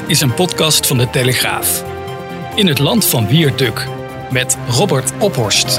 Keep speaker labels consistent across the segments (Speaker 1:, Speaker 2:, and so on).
Speaker 1: is een podcast van De Telegraaf. In het land van Wierduk met Robert Ophorst.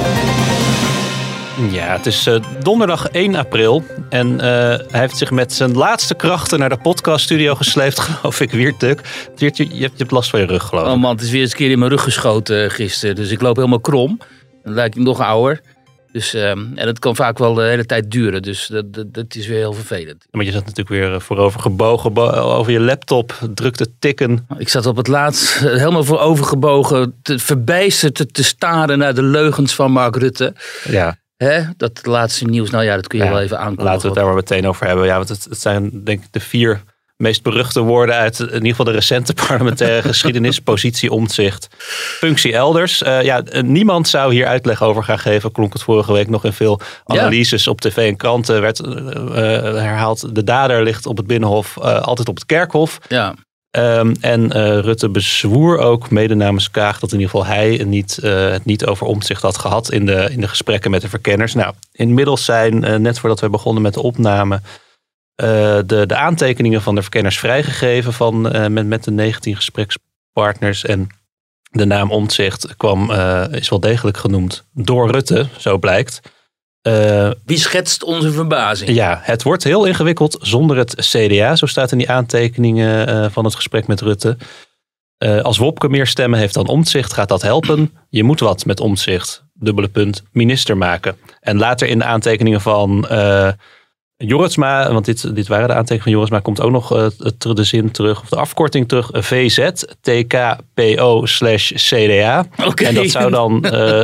Speaker 2: Ja, het is donderdag 1 april en hij heeft zich met zijn laatste krachten naar de podcaststudio gesleept, geloof ik, Wierduk. Je hebt last van je rug, geloof ik.
Speaker 3: Oh man, het is weer eens een keer in mijn rug geschoten gisteren, dus ik loop helemaal krom. Dan lijk ik nog ouder. Dus, en dat kan vaak wel de hele tijd duren, dus dat is weer heel vervelend.
Speaker 2: Maar je zat natuurlijk weer voorover gebogen over je laptop, drukte tikken.
Speaker 3: Ik zat op het laatst helemaal voorover gebogen, verbijsterd te staren naar de leugens van Mark Rutte.
Speaker 2: Ja.
Speaker 3: Dat laatste nieuws, nou ja, dat kun je wel even aankondigen.
Speaker 2: Laten we het daar maar meteen over hebben. Ja, want het zijn denk ik de 4 meest beruchte woorden uit in ieder geval de recente parlementaire geschiedenis. Positie, Omtzigt, functie elders. Niemand zou hier uitleg over gaan geven. Klonk het vorige week nog in veel analyses op tv en kranten. Werd herhaald, de dader ligt op het Binnenhof, altijd op het Kerkhof. Ja. Rutte bezwoer ook, mede namens Kaag, dat in ieder geval hij het niet over Omtzigt had gehad in de gesprekken met de verkenners. Nou, inmiddels zijn, net voordat we begonnen met de opname, de aantekeningen van de verkenners vrijgegeven met de 19 gesprekspartners. En de naam Omtzigt is wel degelijk genoemd door Rutte, zo blijkt.
Speaker 3: Wie schetst onze verbazing?
Speaker 2: Ja, het wordt heel ingewikkeld zonder het CDA. Zo staat in die aantekeningen van het gesprek met Rutte. Als Wopke meer stemmen heeft dan Omtzigt, gaat dat helpen. Je moet wat met Omtzigt, : minister maken. En later in de aantekeningen van Jorritsma, want dit waren de aantekeningen van Jorritsma, komt ook nog de zin terug, of de afkorting terug, VZ, TKPO/CDA.
Speaker 3: Okay.
Speaker 2: En dat zou dan,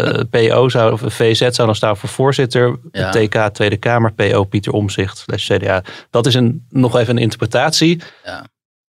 Speaker 2: VZ zou dan staan voor voorzitter, TK Tweede Kamer, PO Pieter Omtzigt /CDA. Dat is nog even een interpretatie. Ja.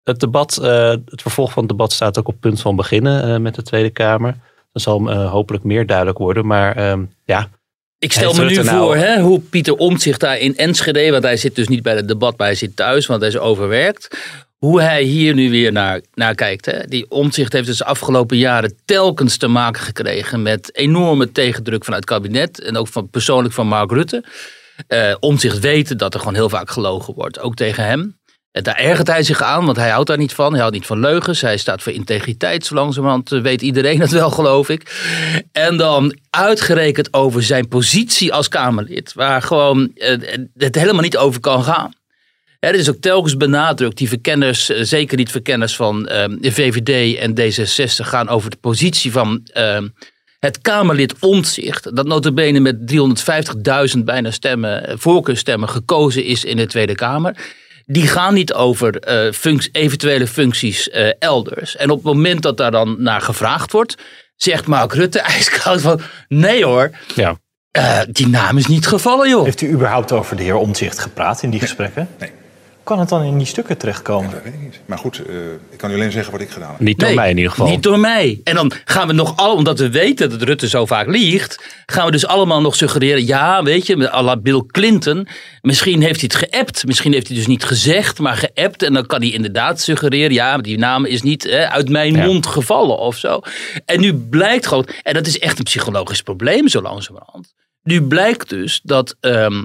Speaker 2: Het vervolg van het debat staat ook op punt van beginnen met de Tweede Kamer. Dat zal hopelijk meer duidelijk worden, maar
Speaker 3: Ik stel me nu voor hoe Pieter Omtzigt daar in Enschede, want hij zit dus niet bij het debat, maar hij zit thuis, want hij is overwerkt. Hoe hij hier nu weer naar kijkt. Hè? Die Omtzigt heeft dus de afgelopen jaren telkens te maken gekregen met enorme tegendruk vanuit het kabinet en ook persoonlijk van Mark Rutte. Omtzigt weet dat er gewoon heel vaak gelogen wordt, ook tegen hem. En daar ergert hij zich aan, want hij houdt daar niet van. Hij houdt niet van leugens. Hij staat voor integriteit, zo langzamerhand weet iedereen dat wel, geloof ik. En dan uitgerekend over zijn positie als Kamerlid, waar gewoon het helemaal niet over kan gaan. Er is ook telkens benadrukt, die verkenners, zeker niet verkenners van de VVD en D66, gaan over de positie van het Kamerlid Omtzigt, dat nota bene met 350.000 bijna voorkeurstemmen gekozen is in de Tweede Kamer. Die gaan niet over eventuele functies elders. En op het moment dat daar dan naar gevraagd wordt, zegt Mark Rutte ijskoud van, nee hoor, die naam is niet gevallen, joh.
Speaker 4: Heeft u überhaupt over de heer Omtzigt gepraat in die gesprekken?
Speaker 5: Nee.
Speaker 4: Kan het dan in die stukken terechtkomen?
Speaker 5: Ja, dat weet ik niet. Maar goed, ik kan u alleen zeggen wat ik gedaan heb.
Speaker 2: Niet door mij in ieder geval.
Speaker 3: Niet door mij. En dan gaan we omdat we weten dat Rutte zo vaak liegt, gaan we dus allemaal nog suggereren, ja, weet je, à la Bill Clinton, misschien heeft hij het geappt. Misschien heeft hij dus niet gezegd, maar geappt. En dan kan hij inderdaad suggereren, ja, die naam is niet uit mijn mond gevallen of zo. En nu blijkt gewoon, en dat is echt een psychologisch probleem zo langzamerhand. Nu blijkt dus dat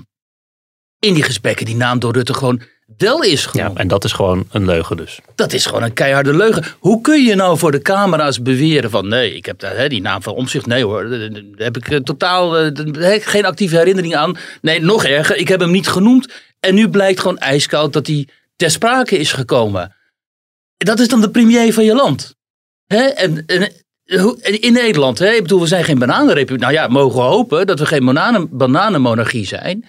Speaker 3: in die gesprekken die naam door Rutte gewoon wel is genoemd.
Speaker 2: Ja, en dat is gewoon een leugen dus.
Speaker 3: Dat is gewoon een keiharde leugen. Hoe kun je nou voor de camera's beweren van, nee, ik heb daar die naam van Omtzigt, nee hoor, daar heb ik totaal geen actieve herinnering aan. Nee, nog erger, ik heb hem niet genoemd. En nu blijkt gewoon ijskoud dat hij ter sprake is gekomen. Dat is dan de premier van je land. En in Nederland, ik bedoel, we zijn geen bananenrepubliek. Nou ja, mogen we hopen dat we geen bananenmonarchie zijn.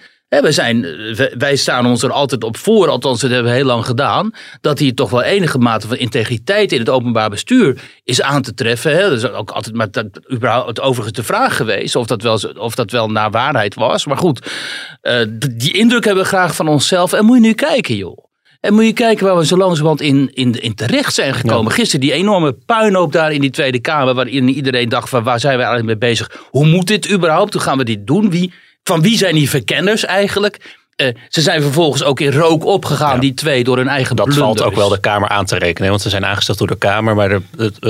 Speaker 3: Wij staan ons er altijd op voor, althans dat hebben we heel lang gedaan, dat hier toch wel enige mate van integriteit in het openbaar bestuur is aan te treffen. Dat is ook altijd maar überhaupt overigens de vraag geweest of dat wel naar waarheid was. Maar goed, die indruk hebben we graag van onszelf. En moet je nu kijken, joh. En moet je kijken waar we zo langzamerhand in terecht zijn gekomen. Ja. Gisteren die enorme puinhoop daar in die Tweede Kamer, waarin iedereen dacht van, waar zijn we eigenlijk mee bezig? Hoe moet dit überhaupt? Hoe gaan we dit doen? Van wie zijn die verkenners eigenlijk? Ze zijn vervolgens ook in rook opgegaan, die twee, door hun eigen blunders.
Speaker 2: Dat valt ook wel de Kamer aan te rekenen. Want ze zijn aangesteld door de Kamer. Maar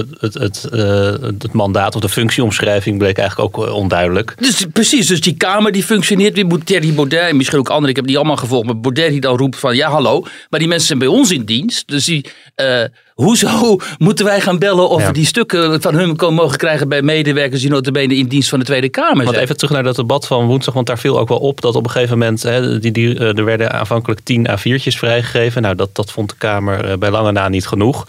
Speaker 2: het mandaat of de functieomschrijving bleek eigenlijk ook onduidelijk.
Speaker 3: Dus, precies, dus die Kamer die functioneert. Wie moet Thierry Baudet en misschien ook anderen. Ik heb die allemaal gevolgd. Maar Baudet die dan roept van ja hallo. Maar die mensen zijn bij ons in dienst. Dus Hoezo moeten wij gaan bellen of we die stukken van hun mogen krijgen bij medewerkers die nota bene in dienst van de Tweede Kamer zijn?
Speaker 2: Want even terug naar dat debat van woensdag, want daar viel ook wel op dat op een gegeven moment, er werden aanvankelijk 10 A4'tjes vrijgegeven. Nou, dat vond de Kamer bij lange na niet genoeg.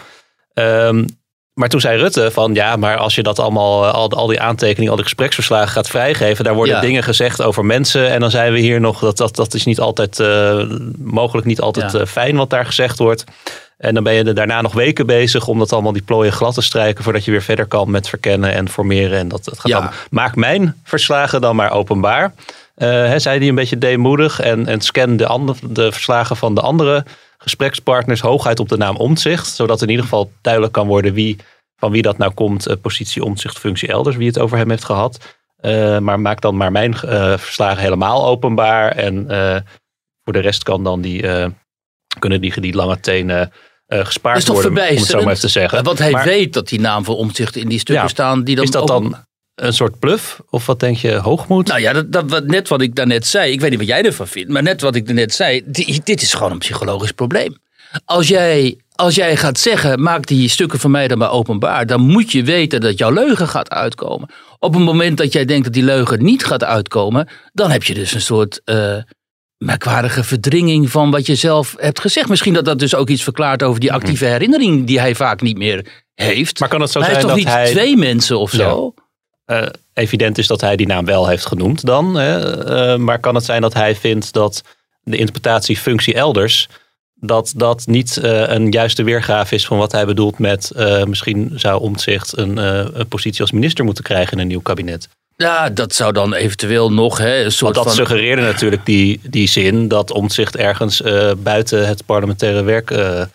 Speaker 2: Maar toen zei Rutte van maar als je dat allemaal, al die aantekeningen, al die gespreksverslagen gaat vrijgeven, daar worden dingen gezegd over mensen. En dan zijn we hier nog, dat is niet altijd, mogelijk niet altijd fijn wat daar gezegd wordt. En dan ben je er daarna nog weken bezig om dat allemaal die plooien glad te strijken voordat je weer verder kan met verkennen en formeren. En dat gaat dan, maak mijn verslagen dan maar openbaar. Zei hij een beetje deemoedig en scan de verslagen van de andere gesprekspartners hooguit op de naam Omtzigt. Zodat in ieder geval duidelijk kan worden van wie dat nou komt. Positie Omtzigt, functie elders, wie het over hem heeft gehad. Maar maak dan maar mijn verslagen helemaal openbaar. En voor de rest kunnen die lange tenen gespaard worden. Om het zo maar even te zeggen.
Speaker 3: Want hij weet dat die naam van Omtzigt in die stukken staan. Die dan
Speaker 2: is dat dan een soort bluff? Of wat denk je, hoogmoed?
Speaker 3: Nou ja, net wat ik daarnet zei. Ik weet niet wat jij ervan vindt. Maar net wat ik daarnet zei. Dit is gewoon een psychologisch probleem. Als jij gaat zeggen, maak die stukken van mij dan maar openbaar. Dan moet je weten dat jouw leugen gaat uitkomen. Op het moment dat jij denkt dat die leugen niet gaat uitkomen. Dan heb je dus een soort merkwaardige verdringing van wat je zelf hebt gezegd. Misschien dat dus ook iets verklaart over die actieve herinnering die hij vaak niet meer heeft.
Speaker 2: Maar kan het zo zijn
Speaker 3: dat
Speaker 2: hij
Speaker 3: is toch niet 2 mensen of zo?
Speaker 2: Evident is dat hij die naam wel heeft genoemd dan. Maar kan het zijn dat hij vindt dat de interpretatie functie elders, dat niet een juiste weergave is van wat hij bedoelt met misschien zou Omtzigt een positie als minister moeten krijgen in een nieuw kabinet?
Speaker 3: Ja, dat zou dan eventueel nog een soort
Speaker 2: Want dat suggereerde natuurlijk die zin dat Omtzigt ergens buiten het parlementaire werk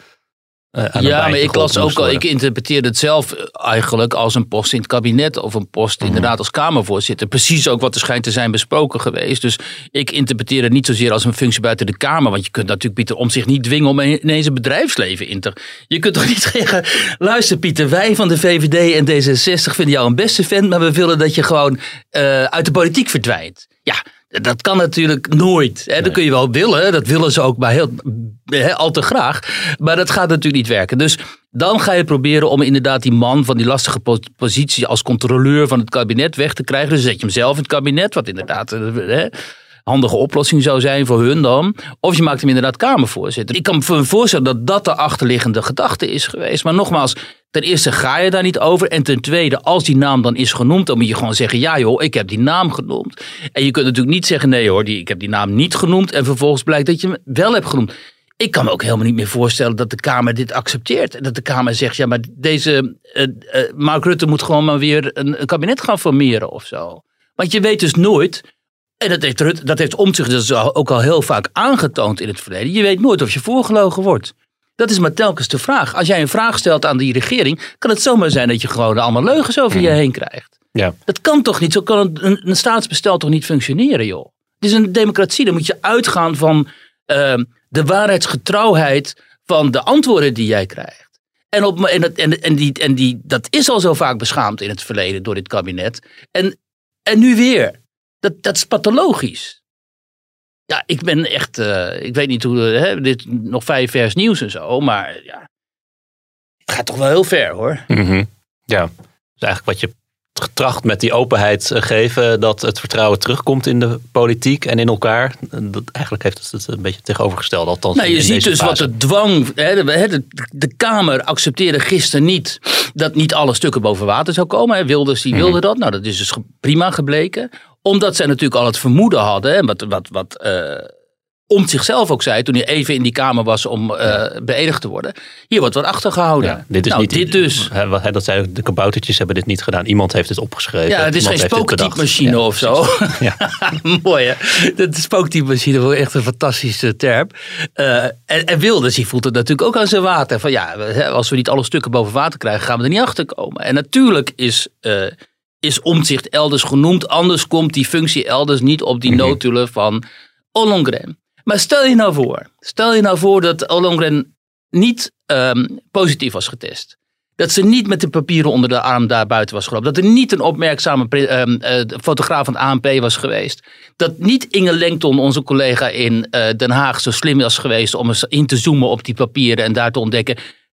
Speaker 3: maar ik las ook al, ik interpreteerde het zelf eigenlijk als een post in het kabinet of een post inderdaad als Kamervoorzitter. Precies ook wat er schijnt te zijn besproken geweest. Dus ik interpreteer het niet zozeer als een functie buiten de Kamer. Want je kunt natuurlijk Pieter Omtzigt niet dwingen om ineens een bedrijfsleven in te. Je kunt toch niet zeggen, luister Pieter, wij van de VVD en D66 vinden jou een beste vent, maar we willen dat je gewoon uit de politiek verdwijnt. Ja. Dat kan natuurlijk nooit. Hè. Dat kun je wel willen. Dat willen ze ook maar al te graag. Maar dat gaat natuurlijk niet werken. Dus dan ga je proberen om inderdaad die man van die lastige positie als controleur van het kabinet weg te krijgen. Dus zet je hem zelf in het kabinet. Wat inderdaad een handige oplossing zou zijn voor hun dan. Of je maakt hem inderdaad Kamervoorzitter. Ik kan me voorstellen dat dat de achterliggende gedachte is geweest. Maar nogmaals, ten eerste ga je daar niet over. En ten tweede, als die naam dan is genoemd, dan moet je gewoon zeggen, ja joh, ik heb die naam genoemd. En je kunt natuurlijk niet zeggen, nee hoor, ik heb die naam niet genoemd. En vervolgens blijkt dat je hem wel hebt genoemd. Ik kan me ook helemaal niet meer voorstellen dat de Kamer dit accepteert. En dat de Kamer zegt, ja maar deze Mark Rutte moet gewoon maar weer een kabinet gaan formeren of zo. Want je weet dus nooit. En dat heeft Omtzigt dus ook al heel vaak aangetoond in het verleden. Je weet nooit of je voorgelogen wordt. Dat is maar telkens de vraag. Als jij een vraag stelt aan die regering, kan het zomaar zijn dat je gewoon allemaal leugens over je heen krijgt. Ja. Dat kan toch niet? Zo kan een staatsbestel toch niet functioneren, joh? Het is een democratie. Dan moet je uitgaan van de waarheidsgetrouwheid van de antwoorden die jij krijgt. Dat is al zo vaak beschaamd in het verleden door dit kabinet. En nu weer. Dat is pathologisch. Ja, ik ben echt, ik weet niet hoe, dit nog 5 vers nieuws en zo, maar ja, het gaat toch wel heel ver hoor.
Speaker 2: Mm-hmm. Ja, dus eigenlijk wat je getracht met die openheid geven, dat het vertrouwen terugkomt in de politiek en in elkaar. Eigenlijk heeft het een beetje tegenovergesteld. Althans,
Speaker 3: je ziet dus fase. Wat de dwang, de Kamer accepteerde gisteren niet dat niet alle stukken boven water zou komen. Wilders die wilde dat, nou dat is dus prima gebleken. Omdat zij natuurlijk al het vermoeden hadden, wat Omtzigt zichzelf ook zei toen hij even in die Kamer was om beëdigd te worden. Hier wordt wat achtergehouden. Ja,
Speaker 2: dit is dit dus. Dat zei, de kaboutertjes hebben dit niet gedaan. Iemand heeft dit opgeschreven.
Speaker 3: Ja, het is geen spooktypemachine of zo. Ja. Mooi hè. De spooktypemachine was echt een fantastische term. En Wilders, die voelt het natuurlijk ook aan zijn water. Van ja, als we niet alle stukken boven water krijgen, gaan we er niet achter komen. En natuurlijk is Omtzigt elders genoemd. Anders komt die functie elders niet op die notulen van Ollongren. Maar stel je nou voor dat Ollongren niet positief was getest. Dat ze niet met de papieren onder de arm daar buiten was gelopen. Dat er niet een opmerkzame fotograaf van het ANP was geweest. Dat niet Inge Lengton, onze collega in Den Haag, zo slim was geweest om eens in te zoomen op die papieren en daar te ontdekken.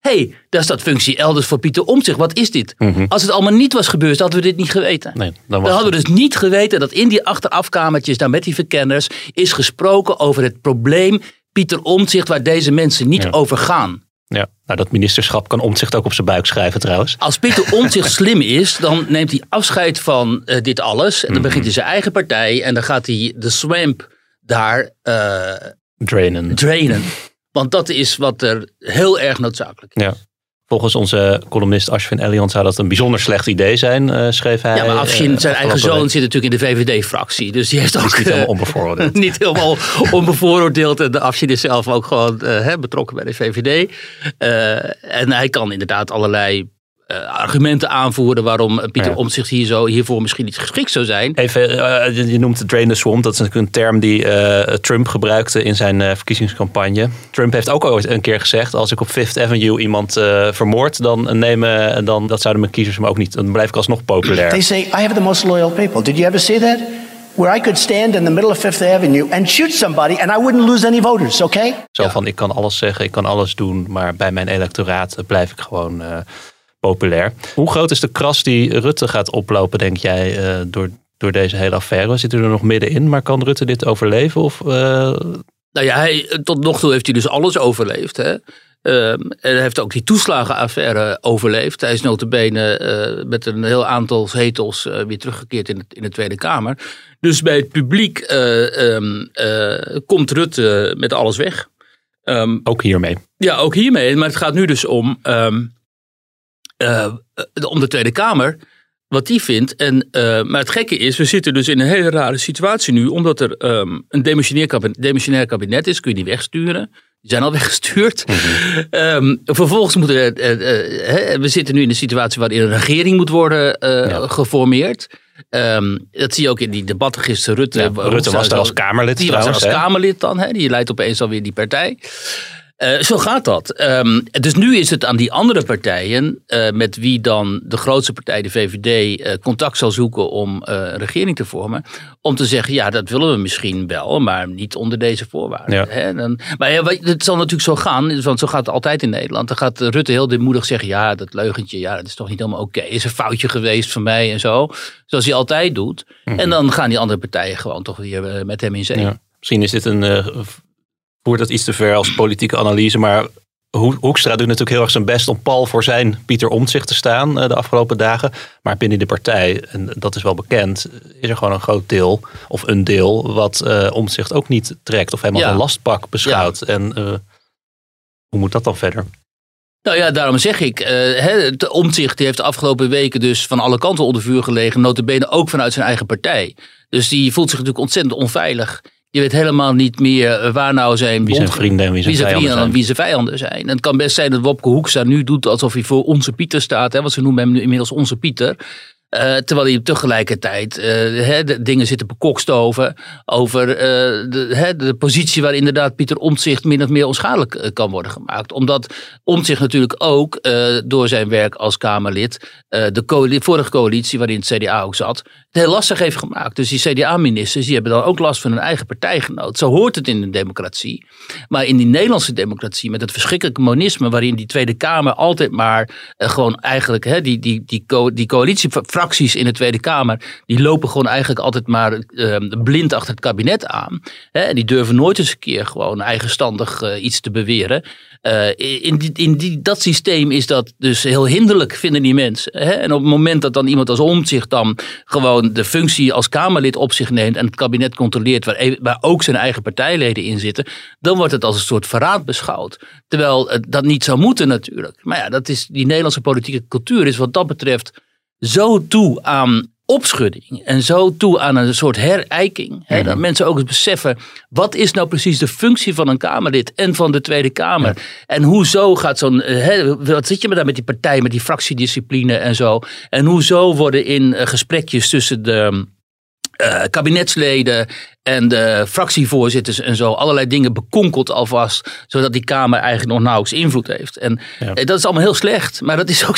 Speaker 3: daar staat functie elders voor Pieter Omtzigt. Wat is dit? Mm-hmm. Als het allemaal niet was gebeurd, hadden we dit niet geweten.
Speaker 2: Nee,
Speaker 3: dan hadden we dus niet geweten dat in die achterafkamertjes, daar met die verkenners, is gesproken over het probleem Pieter Omtzigt, waar deze mensen niet over gaan.
Speaker 2: Ja, nou, dat ministerschap kan Omtzigt ook op zijn buik schrijven trouwens.
Speaker 3: Als Pieter Omtzigt slim is, dan neemt hij afscheid van dit alles. En dan begint hij zijn eigen partij en dan gaat hij de swamp daar drainen. Want dat is wat er heel erg noodzakelijk is.
Speaker 2: Ja. Volgens onze columnist Ashwin Elian zou dat een bijzonder slecht idee zijn, schreef hij.
Speaker 3: Ja, maar Ashwin, zijn eigen zoon, zit natuurlijk in de VVD-fractie. Dus die heeft ook
Speaker 2: niet helemaal onbevooroordeeld.
Speaker 3: Niet helemaal onbevooroordeeld. En de Ashwin is zelf ook gewoon betrokken bij de VVD. En hij kan inderdaad allerlei argumenten aanvoeren waarom Pieter Omtzigt hiervoor misschien niet geschikt zou zijn.
Speaker 2: Even, je noemt drain the swamp. Dat is natuurlijk een term die Trump gebruikte in zijn verkiezingscampagne. Trump heeft ook ooit een keer gezegd, als ik op Fifth Avenue iemand vermoord, dan dat zouden mijn kiezers me ook niet. Dan blijf ik alsnog populair.
Speaker 6: They say, I have the most loyal people. Did you ever see that? Where I could stand in the middle of Fifth Avenue and shoot somebody and I wouldn't lose any voters, okay?
Speaker 2: Zo van, ik kan alles zeggen, ik kan alles doen, maar bij mijn electoraat blijf ik gewoon populair. Hoe groot is de kras die Rutte gaat oplopen, denk jij, door deze hele affaire? We zitten er nog middenin, maar kan Rutte dit overleven? Of,
Speaker 3: Nou ja, tot nog toe heeft hij dus alles overleefd. Hè? En hij heeft ook die toeslagenaffaire overleefd. Hij is nota bene met een heel aantal zetels weer teruggekeerd in de Tweede Kamer. Dus bij het publiek komt Rutte met alles weg.
Speaker 2: Ook hiermee?
Speaker 3: Ja, ook hiermee. Maar het gaat nu dus om de Tweede Kamer, wat die vindt. Maar het gekke is, we zitten dus in een hele rare situatie nu, omdat er een demissionair kabinet is, kun je die wegsturen. Die zijn al weggestuurd. Mm-hmm. Vervolgens moeten we zitten nu in een situatie waarin een regering moet worden geformeerd. Dat zie je ook in die debatten gisteren.
Speaker 2: Rutte was daar als Kamerlid.
Speaker 3: Die was als Kamerlid dan. Die leidt opeens alweer die partij. Zo gaat dat. Dus nu is het aan die andere partijen, met wie dan de grootste partij, de VVD, contact zal zoeken om een regering te vormen, om te zeggen, ja, dat willen we misschien wel, maar niet onder deze voorwaarden. Ja. Hè? Maar het zal natuurlijk zo gaan, want zo gaat het altijd in Nederland. Dan gaat Rutte heel deemoedig zeggen, ja, dat leugentje, ja, dat is toch niet helemaal oké. Is een foutje geweest van mij en zo. Zoals hij altijd doet. Mm-hmm. En dan gaan die andere partijen gewoon toch weer met hem in zee. Ja.
Speaker 2: Misschien is dit voert dat iets te ver als politieke analyse, maar Hoekstra doet natuurlijk heel erg zijn best om pal voor zijn Pieter Omtzigt te staan de afgelopen dagen. Maar binnen de partij, en dat is wel bekend, is er gewoon een groot deel, of een deel, wat Omtzigt ook niet trekt of helemaal een lastpak beschouwt. Ja. En hoe moet dat dan verder?
Speaker 3: Nou ja, daarom zeg ik, Omtzigt heeft de afgelopen weken dus van alle kanten onder vuur gelegen, nota bene ook vanuit zijn eigen partij. Dus die voelt zich natuurlijk ontzettend onveilig. Je weet helemaal niet meer waar nou zijn
Speaker 2: wie zijn vrienden en
Speaker 3: wie zijn vijanden zijn. En het kan best zijn dat Wopke Hoekstra nu doet alsof hij voor onze Pieter staat. Hè, want ze noemen hem nu inmiddels onze Pieter. Terwijl hij tegelijkertijd de dingen zitten bekokstoven over de positie waar inderdaad Pieter Omtzigt min of meer onschadelijk kan worden gemaakt. Omdat Omtzigt natuurlijk ook door zijn werk als Kamerlid de vorige coalitie waarin het CDA ook zat, het heel lastig heeft gemaakt. Dus die CDA-ministers die hebben dan ook last van hun eigen partijgenoot. Zo hoort het in een democratie. Maar in die Nederlandse democratie met het verschrikkelijke monisme waarin die Tweede Kamer altijd maar gewoon eigenlijk die coalitiefracties in de Tweede Kamer, die lopen gewoon eigenlijk altijd maar blind achter het kabinet aan. En die durven nooit eens een keer gewoon eigenstandig iets te beweren. Dat systeem is dat dus heel hinderlijk, vinden die mensen. En op het moment dat dan iemand als Omtzigt dan gewoon de functie als Kamerlid op zich neemt en het kabinet controleert waar ook zijn eigen partijleden in zitten, dan wordt het als een soort verraad beschouwd. Terwijl dat niet zou moeten natuurlijk. Maar ja, die Nederlandse politieke cultuur is wat dat betreft zo toe aan opschudding en zo toe aan een soort herijking. Hè, dat mensen ook eens beseffen, wat is nou precies de functie van een Kamerlid en van de Tweede Kamer? Ja. En hoezo gaat wat zit je met die partij, met die fractiediscipline en zo? En hoezo worden in gesprekjes tussen de kabinetsleden en de fractievoorzitters en zo allerlei dingen bekonkeld alvast, zodat die Kamer eigenlijk nog nauwelijks invloed heeft. En dat is allemaal heel slecht, maar dat is ook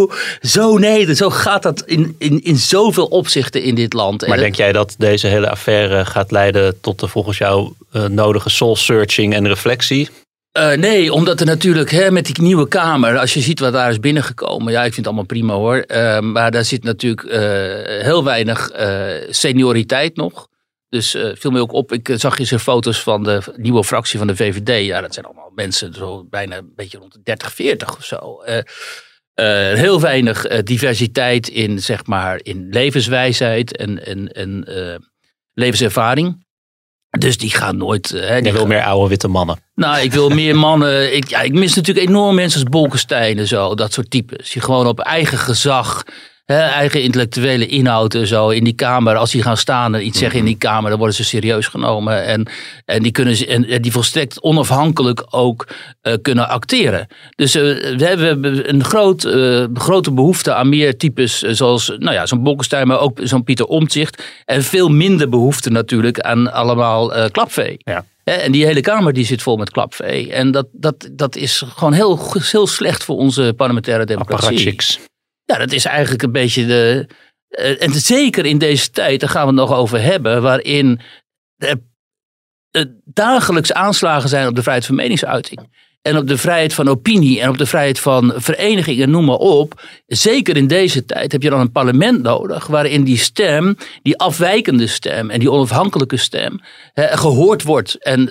Speaker 3: zo gaat dat in zoveel opzichten in dit land.
Speaker 2: Maar denk jij dat deze hele affaire gaat leiden tot de volgens jou nodige soul searching en reflectie?
Speaker 3: Nee, omdat er natuurlijk met die nieuwe Kamer, als je ziet wat daar is binnengekomen. Ja, ik vind het allemaal prima hoor. Maar daar zit natuurlijk heel weinig senioriteit nog. Dus viel me ook op. Ik zag gisteren foto's van de nieuwe fractie van de VVD. Ja, dat zijn allemaal mensen zo bijna een beetje rond de 30, 40 of zo. Heel weinig diversiteit in, zeg maar, in levenswijsheid en levenservaring. Dus die gaan nooit...
Speaker 2: Je wil meer oude witte mannen.
Speaker 3: Nou, ik wil meer mannen. Ik mis natuurlijk enorm mensen als Bolkestein en zo. Dat soort types. Die gewoon op eigen gezag, eigen intellectuele inhoud en zo in die Kamer. Als die gaan staan en iets zeggen in die Kamer, dan worden ze serieus genomen. En die kunnen en die volstrekt onafhankelijk ook kunnen acteren. Dus we hebben een grote behoefte aan meer types zoals zo'n Bolkestein, maar ook zo'n Pieter Omtzigt. En veel minder behoefte natuurlijk aan allemaal klapvee. Ja. En die hele Kamer die zit vol met klapvee. En dat is gewoon heel slecht voor onze parlementaire democratie. Ja, dat is eigenlijk een beetje en zeker in deze tijd, daar gaan we het nog over hebben, waarin er dagelijks aanslagen zijn op de vrijheid van meningsuiting. En op de vrijheid van opinie en op de vrijheid van vereniging en noem maar op. Zeker in deze tijd heb je dan een parlement nodig waarin die stem, die afwijkende stem en die onafhankelijke stem gehoord wordt.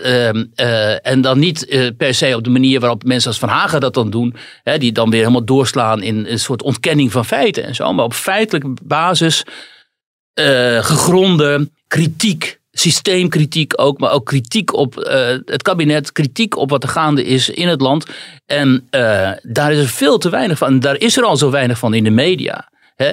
Speaker 3: En dan niet per se op de manier waarop mensen als Van Hagen dat dan doen. Die dan weer helemaal doorslaan in een soort ontkenning van feiten en zo. Maar op feitelijke basis gegronde kritiek. Systeemkritiek ook, maar ook kritiek op het kabinet, kritiek op wat er gaande is in het land. En daar is er veel te weinig van. Daar is er al zo weinig van in de media.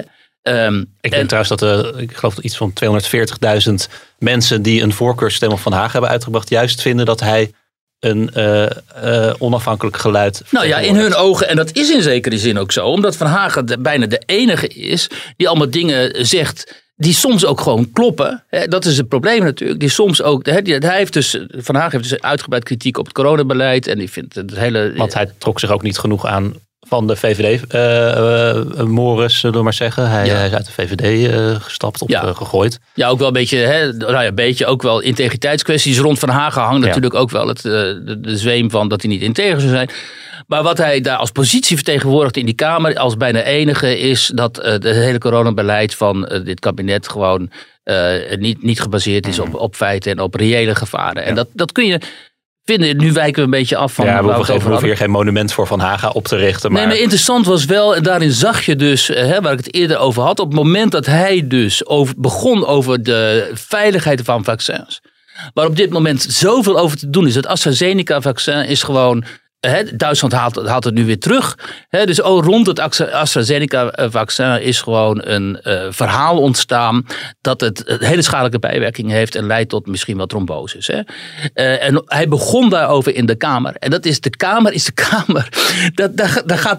Speaker 2: Ik denk trouwens dat ik geloof dat iets van 240.000 mensen die een voorkeursstem op Van Hagen hebben uitgebracht, juist vinden dat hij een onafhankelijk geluid.
Speaker 3: Nou ja, in hun ogen, en dat is in zekere zin ook zo, omdat Van Hagen bijna de enige is die allemaal dingen zegt die soms ook gewoon kloppen. Dat is het probleem natuurlijk. Die soms ook. Van Hagen heeft dus uitgebreid kritiek op het coronabeleid. En die vindt het hele.
Speaker 2: Want hij trok zich ook niet genoeg aan van de VVD-mores, zullen we maar zeggen. Hij is uit de VVD gestapt of gegooid. Ja, ook wel een beetje. Ook wel integriteitskwesties. Rond Van Hagen hangt natuurlijk ook wel de zweem van dat hij niet integer zou zijn. Maar wat hij daar als positie vertegenwoordigt in die Kamer als bijna enige is dat het hele coronabeleid van dit kabinet gewoon niet gebaseerd is op feiten en op reële gevaren. En dat kun je vinden. Nu wijken we een beetje af van. Ja, we hoeven hier geen monument voor Van Hagen op te richten. Maar...
Speaker 3: Nee, maar interessant was wel, en daarin zag je dus, waar ik het eerder over had, op het moment dat hij dus begon over de veiligheid van vaccins. Waar op dit moment zoveel over te doen is. Het AstraZeneca-vaccin is gewoon. Duitsland haalt het nu weer terug. Dus rond het AstraZeneca-vaccin is gewoon een verhaal ontstaan dat het hele schadelijke bijwerkingen heeft en leidt tot misschien wel tromboses. En hij begon daarover in de Kamer. En dat is de Kamer. Daar gaat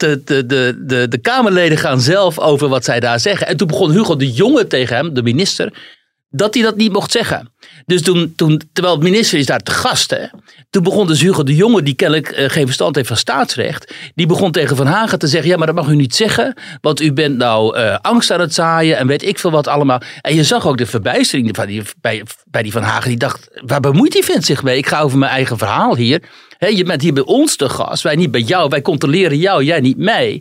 Speaker 3: de Kamerleden gaan zelf over wat zij daar zeggen. En toen begon Hugo de Jonge tegen hem, de minister, dat hij dat niet mocht zeggen. Dus toen terwijl de minister is daar te gast, toen begon dus Hugo de Jonge, die kennelijk geen verstand heeft van staatsrecht, die begon tegen Van Hagen te zeggen, ja, maar dat mag u niet zeggen, want u bent nou angst aan het zaaien en weet ik veel wat allemaal. En je zag ook de verbijstering bij die Van Hagen, die dacht, waar bemoeit die vent zich mee? Ik ga over mijn eigen verhaal hier. Je bent hier bij ons te gast, wij niet bij jou, wij controleren jou, jij niet mij.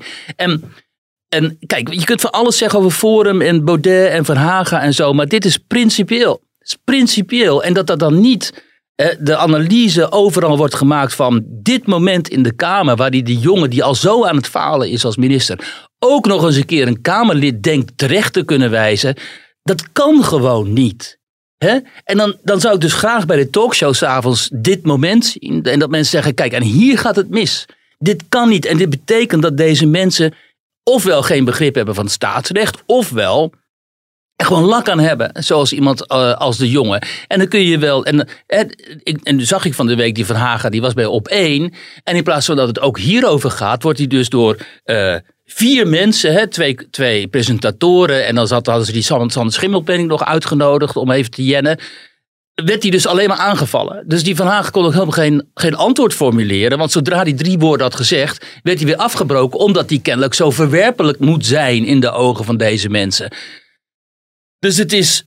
Speaker 3: En kijk, je kunt van alles zeggen over Forum en Baudet en Van Hagen en zo, maar dit is principieel. Het is principieel. En dat dan niet de analyse overal wordt gemaakt van dit moment in de Kamer, waar die jongen die al zo aan het falen is als minister, ook nog eens een keer een Kamerlid denkt terecht te kunnen wijzen. Dat kan gewoon niet. En dan zou ik dus graag bij de talkshow 's avonds dit moment zien. En dat mensen zeggen, kijk, en hier gaat het mis. Dit kan niet. En dit betekent dat deze mensen ofwel geen begrip hebben van het staatsrecht, ofwel er gewoon lak aan hebben, zoals iemand als de Jonge. En dan kun je wel. En nu zag ik van de week die Van Hagen, die was bij Op1. En in plaats van dat het ook hierover gaat, wordt hij dus door 4 mensen, twee presentatoren. En dan hadden ze die Sander Schimmelpenninck nog uitgenodigd om even te jennen. Werd hij dus alleen maar aangevallen. Dus die Van Hagen kon ook helemaal geen antwoord formuleren. Want zodra hij 3 woorden had gezegd, werd hij weer afgebroken. Omdat hij kennelijk zo verwerpelijk moet zijn in de ogen van deze mensen. Dus het is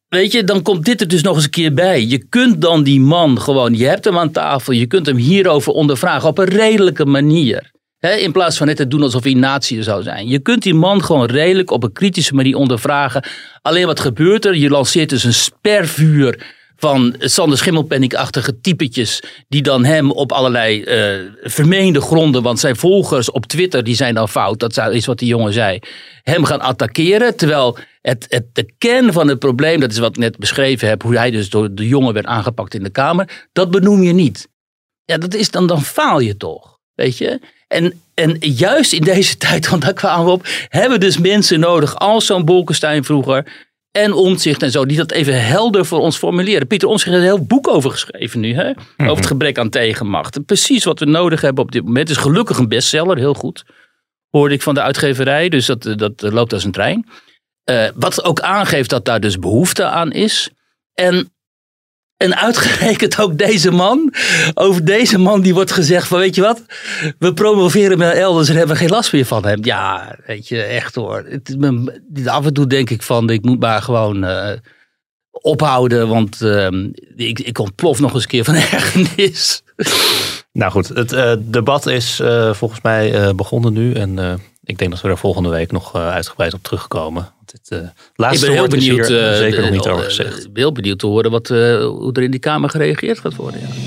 Speaker 3: weet je, dan komt dit er dus nog eens een keer bij. Je kunt dan die man gewoon, je hebt hem aan tafel, je kunt hem hierover ondervragen op een redelijke manier. In plaats van net te doen alsof hij nazi zou zijn. Je kunt die man gewoon redelijk op een kritische manier ondervragen. Alleen wat gebeurt er? Je lanceert dus een spervuur van Sander Schimmelpenninck-achtige typetjes die dan hem op allerlei vermeende gronden, want zijn volgers op Twitter die zijn dan fout, dat is wat die jongen zei, hem gaan attackeren. Terwijl de kern van het probleem, dat is wat ik net beschreven heb, hoe hij dus door de jongen werd aangepakt in de Kamer, dat benoem je niet. Ja, dat is dan faal je toch, weet je? En juist in deze tijd, want daar kwamen we op, hebben we dus mensen nodig als zo'n Bolkestein vroeger en Omtzigt en zo, die dat even helder voor ons formuleren. Pieter Omtzigt heeft een heel boek over geschreven nu, hè? Over het gebrek aan tegenmacht. Precies wat we nodig hebben op dit moment. Het is gelukkig een bestseller, heel goed. Hoorde ik van de uitgeverij, dus dat loopt als een trein. Wat ook aangeeft dat daar dus behoefte aan is. En uitgerekend ook deze man. Over deze man die wordt gezegd van, weet je wat? We promoveren hem elders en hebben geen last meer van hem. Ja, weet je, echt hoor. Af en toe denk ik van, ik moet maar gewoon ophouden. Want ik ontplof nog eens een keer van ergernis.
Speaker 2: Nou goed, het debat is volgens mij begonnen nu. En ik denk dat we er volgende week nog uitgebreid op terugkomen. Het laatste woord is hier zeker nog niet over gezegd.
Speaker 3: Ik ben heel benieuwd te horen hoe er in die Kamer gereageerd gaat worden. Ja.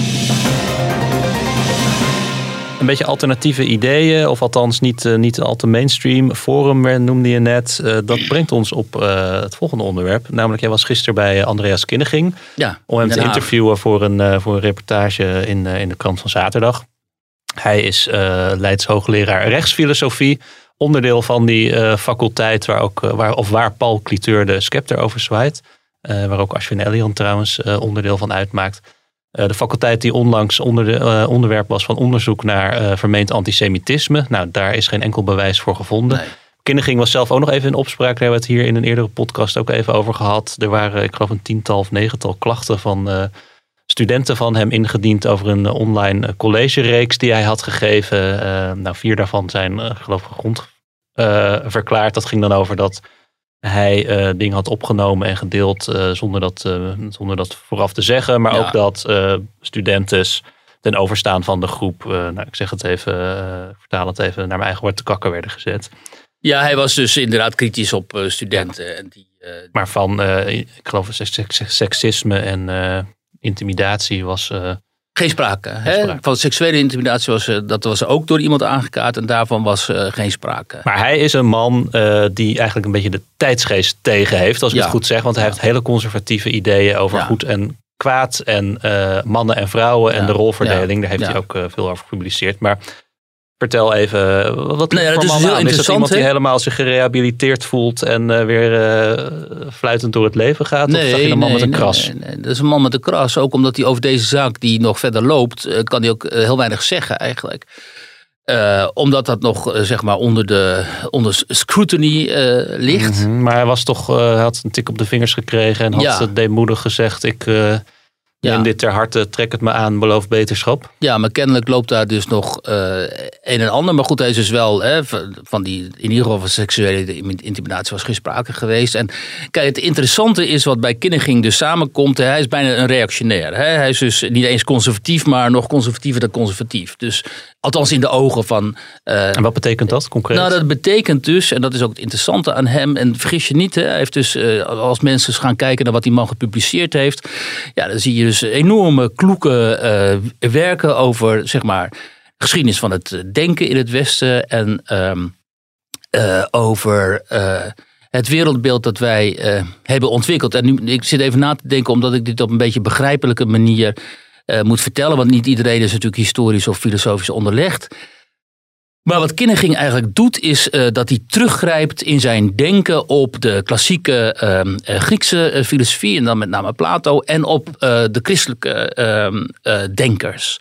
Speaker 2: Een beetje alternatieve ideeën, of althans niet al te mainstream. Forum noemde je net. Dat brengt ons op het volgende onderwerp. Namelijk, jij was gisteren bij Andreas Kinneging.
Speaker 3: Ja,
Speaker 2: om hem te interviewen voor een reportage in de krant van zaterdag. Hij is Leids hoogleraar rechtsfilosofie. Onderdeel van die faculteit waar Paul Cliteur de scepter over zwaait. Waar ook Ashwin Elian trouwens onderdeel van uitmaakt. De faculteit die onlangs onderwerp was van onderzoek naar vermeend antisemitisme. Nou, daar is geen enkel bewijs voor gevonden. Nee. Kinneging was zelf ook nog even in opspraak. Daar hebben we het hier in een eerdere podcast ook even over gehad. Er waren, ik geloof, een 10-tal of 9-tal klachten van studenten van hem ingediend over een online collegereeks die hij had gegeven. 4 daarvan zijn geloof ik grond verklaard. Dat ging dan over dat hij dingen had opgenomen en gedeeld zonder dat vooraf te zeggen. Maar ook dat studenten ten overstaan van de groep, ik zeg het even, vertaal het even naar mijn eigen woord, te kakken werden gezet.
Speaker 3: Ja, hij was dus inderdaad kritisch op studenten. Ja.
Speaker 2: Maar van, ik geloof, seksisme en intimidatie was
Speaker 3: geen sprake. Van seksuele intimidatie was ook door iemand aangekaart en daarvan was geen sprake.
Speaker 2: Maar hij is een man die eigenlijk een beetje de tijdsgeest tegen heeft, als ik het goed zeg. Want hij heeft hele conservatieve ideeën over goed en kwaad en mannen en vrouwen en de rolverdeling. Daar heeft hij ook veel over gepubliceerd. Maar vertel even, wat voor man aan? Is dat iemand die helemaal zich gerehabiliteerd voelt en weer fluitend door het leven gaat? Of zag je een man met een kras?
Speaker 3: Nee, dat is een man met een kras. Ook omdat hij over deze zaak die nog verder loopt, kan hij ook heel weinig zeggen eigenlijk. Omdat dat nog zeg maar onder scrutiny ligt.
Speaker 2: Mm-hmm, maar hij was toch, had een tik op de vingers gekregen en had deemoedig gezegd, ik neem dit ter harte, trek het me aan, beloof beterschap. Ja,
Speaker 3: maar kennelijk loopt daar dus nog een en ander. Maar goed, hij is dus wel van die, in ieder geval van seksuele intimidatie was geen sprake geweest. En kijk, het interessante is wat bij Kinneging dus samenkomt. Hij is bijna een reactionair. Hij is dus niet eens conservatief, maar nog conservatiever dan conservatief. Dus althans in de ogen van...
Speaker 2: en wat betekent dat concreet?
Speaker 3: Nou, dat betekent dus, en dat is ook het interessante aan hem, en vergis je niet, hij heeft dus, als mensen gaan kijken naar wat die man gepubliceerd heeft, ja, dan zie je dus enorme kloeke werken over, zeg maar, geschiedenis van het denken in het Westen en over het wereldbeeld dat wij hebben ontwikkeld. En nu, ik zit even na te denken, omdat ik dit op een beetje begrijpelijke manier moet vertellen, want niet iedereen is natuurlijk historisch of filosofisch onderlegd. Maar wat Kinneging eigenlijk doet, is dat hij teruggrijpt in zijn denken op de klassieke Griekse filosofie, en dan met name Plato, en op de christelijke denkers.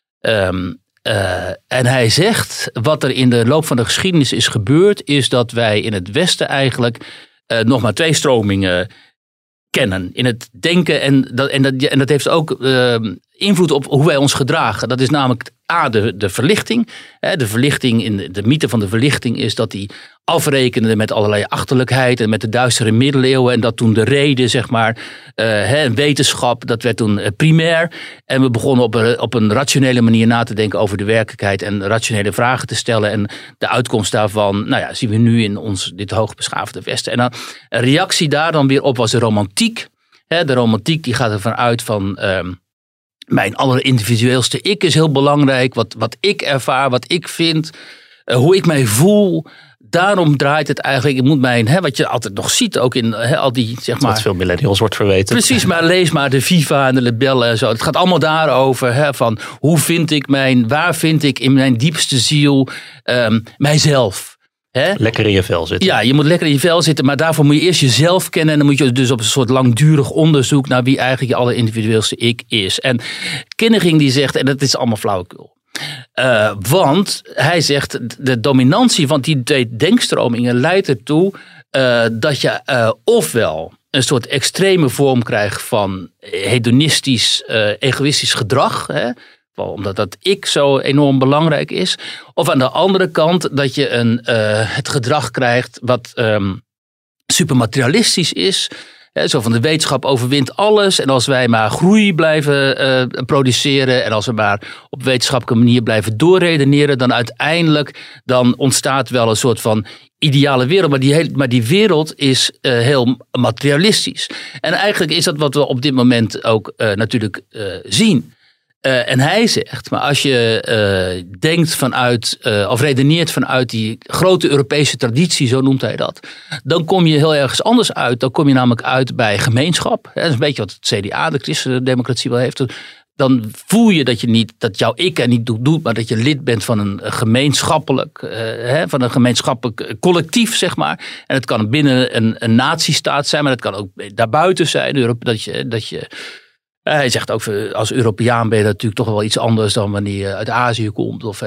Speaker 3: En hij zegt, wat er in de loop van de geschiedenis is gebeurd, is dat wij in het Westen eigenlijk nog maar 2 stromingen kennen in het denken. En dat heeft ook invloed op hoe wij ons gedragen. Dat is namelijk de verlichting. De verlichting, in de mythe van de verlichting is dat die afrekende met allerlei achterlijkheid en met de duistere middeleeuwen. En dat toen de reden, zeg maar, wetenschap, dat werd toen primair. En we begonnen op een rationele manier na te denken over de werkelijkheid en rationele vragen te stellen. En de uitkomst daarvan, zien we nu in dit hoogbeschaafde Westen. En dan een reactie daar dan weer op was de romantiek. De romantiek die gaat ervan uit van mijn allerindividueelste ik is heel belangrijk. Wat ik ervaar, wat ik vind, hoe ik mij voel. Daarom draait het eigenlijk, ik moet wat je altijd nog ziet ook in al die, zeg maar.
Speaker 2: Wat veel millennials wordt verweten.
Speaker 3: Precies, maar lees maar de Viva en de Libelle en zo. Het gaat allemaal daarover, van waar vind ik in mijn diepste ziel mijzelf.
Speaker 2: Lekker in je vel zitten.
Speaker 3: Ja, je moet lekker in je vel zitten, maar daarvoor moet je eerst jezelf kennen. En dan moet je dus op een soort langdurig onderzoek naar wie eigenlijk je allerindividueelste ik is. En Kinneging die zegt, en dat is allemaal flauwekul. Want hij zegt, de dominantie van die twee denkstromingen leidt ertoe dat je ofwel een soort extreme vorm krijgt van hedonistisch, egoïstisch gedrag. Omdat dat ik zo enorm belangrijk is. Of aan de andere kant dat je het gedrag krijgt wat supermaterialistisch is. Zo van de wetenschap overwint alles. En als wij maar groei blijven produceren. En als we maar op wetenschappelijke manier blijven doorredeneren. Dan uiteindelijk ontstaat wel een soort van ideale wereld. Maar die wereld is heel materialistisch. En eigenlijk is dat wat we op dit moment ook natuurlijk zien. En hij zegt, maar als je denkt vanuit, of redeneert vanuit die grote Europese traditie, zo noemt hij dat, dan kom je heel ergens anders uit. Dan kom je namelijk uit bij gemeenschap. Dat is een beetje wat het CDA, de christendemocratie, wel heeft. Dan voel je dat jouw ik er niet doet, maar dat je lid bent van een gemeenschappelijk collectief, zeg maar. En het kan binnen een nazistaat zijn, maar het kan ook daarbuiten zijn. Hij zegt ook, als Europeaan ben je natuurlijk toch wel iets anders dan wanneer je uit Azië komt.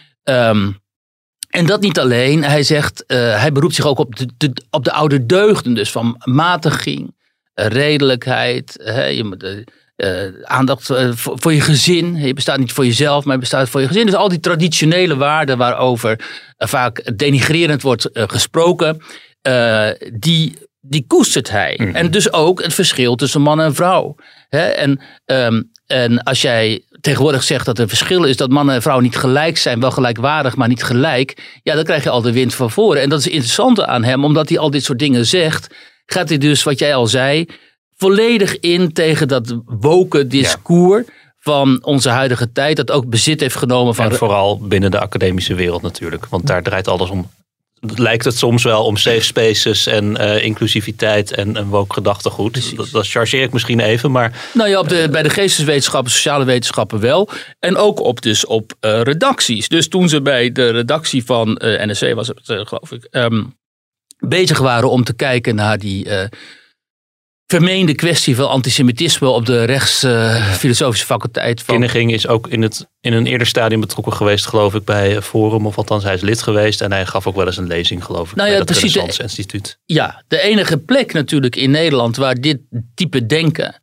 Speaker 3: En dat niet alleen. Hij zegt, hij beroept zich ook op de oude deugden. Dus van matiging, redelijkheid. Je moet aandacht voor je gezin. Je bestaat niet voor jezelf, maar je bestaat voor je gezin. Dus al die traditionele waarden waarover vaak denigrerend wordt gesproken. Die koestert hij. Mm-hmm. En dus ook het verschil tussen man en vrouw. En als jij tegenwoordig zegt dat er verschil is dat mannen en vrouwen niet gelijk zijn, wel gelijkwaardig, maar niet gelijk. Ja, dan krijg je al de wind van voren. En dat is het interessante aan hem, omdat hij al dit soort dingen zegt, gaat hij dus, wat jij al zei, volledig in tegen dat woke discours van onze huidige tijd, dat ook bezit heeft genomen van.
Speaker 2: En vooral binnen de academische wereld natuurlijk, want daar draait alles om. Lijkt het soms wel om safe spaces en inclusiviteit en woke gedachtegoed. Dat chargeer ik misschien even, maar. Nou ja,
Speaker 3: bij de geesteswetenschappen, sociale wetenschappen wel. En ook op redacties. Dus toen ze bij de redactie van NSC was het, geloof ik, bezig waren om te kijken naar die vermeende kwestie van antisemitisme op de rechtsfilosofische faculteit.
Speaker 2: Kinneging is ook in een eerder stadium betrokken geweest, geloof ik, bij Forum. Of althans, hij is lid geweest. En hij gaf ook wel eens een lezing, geloof ik, bij het Renaissance Instituut.
Speaker 3: Ja, de enige plek natuurlijk in Nederland waar dit type denken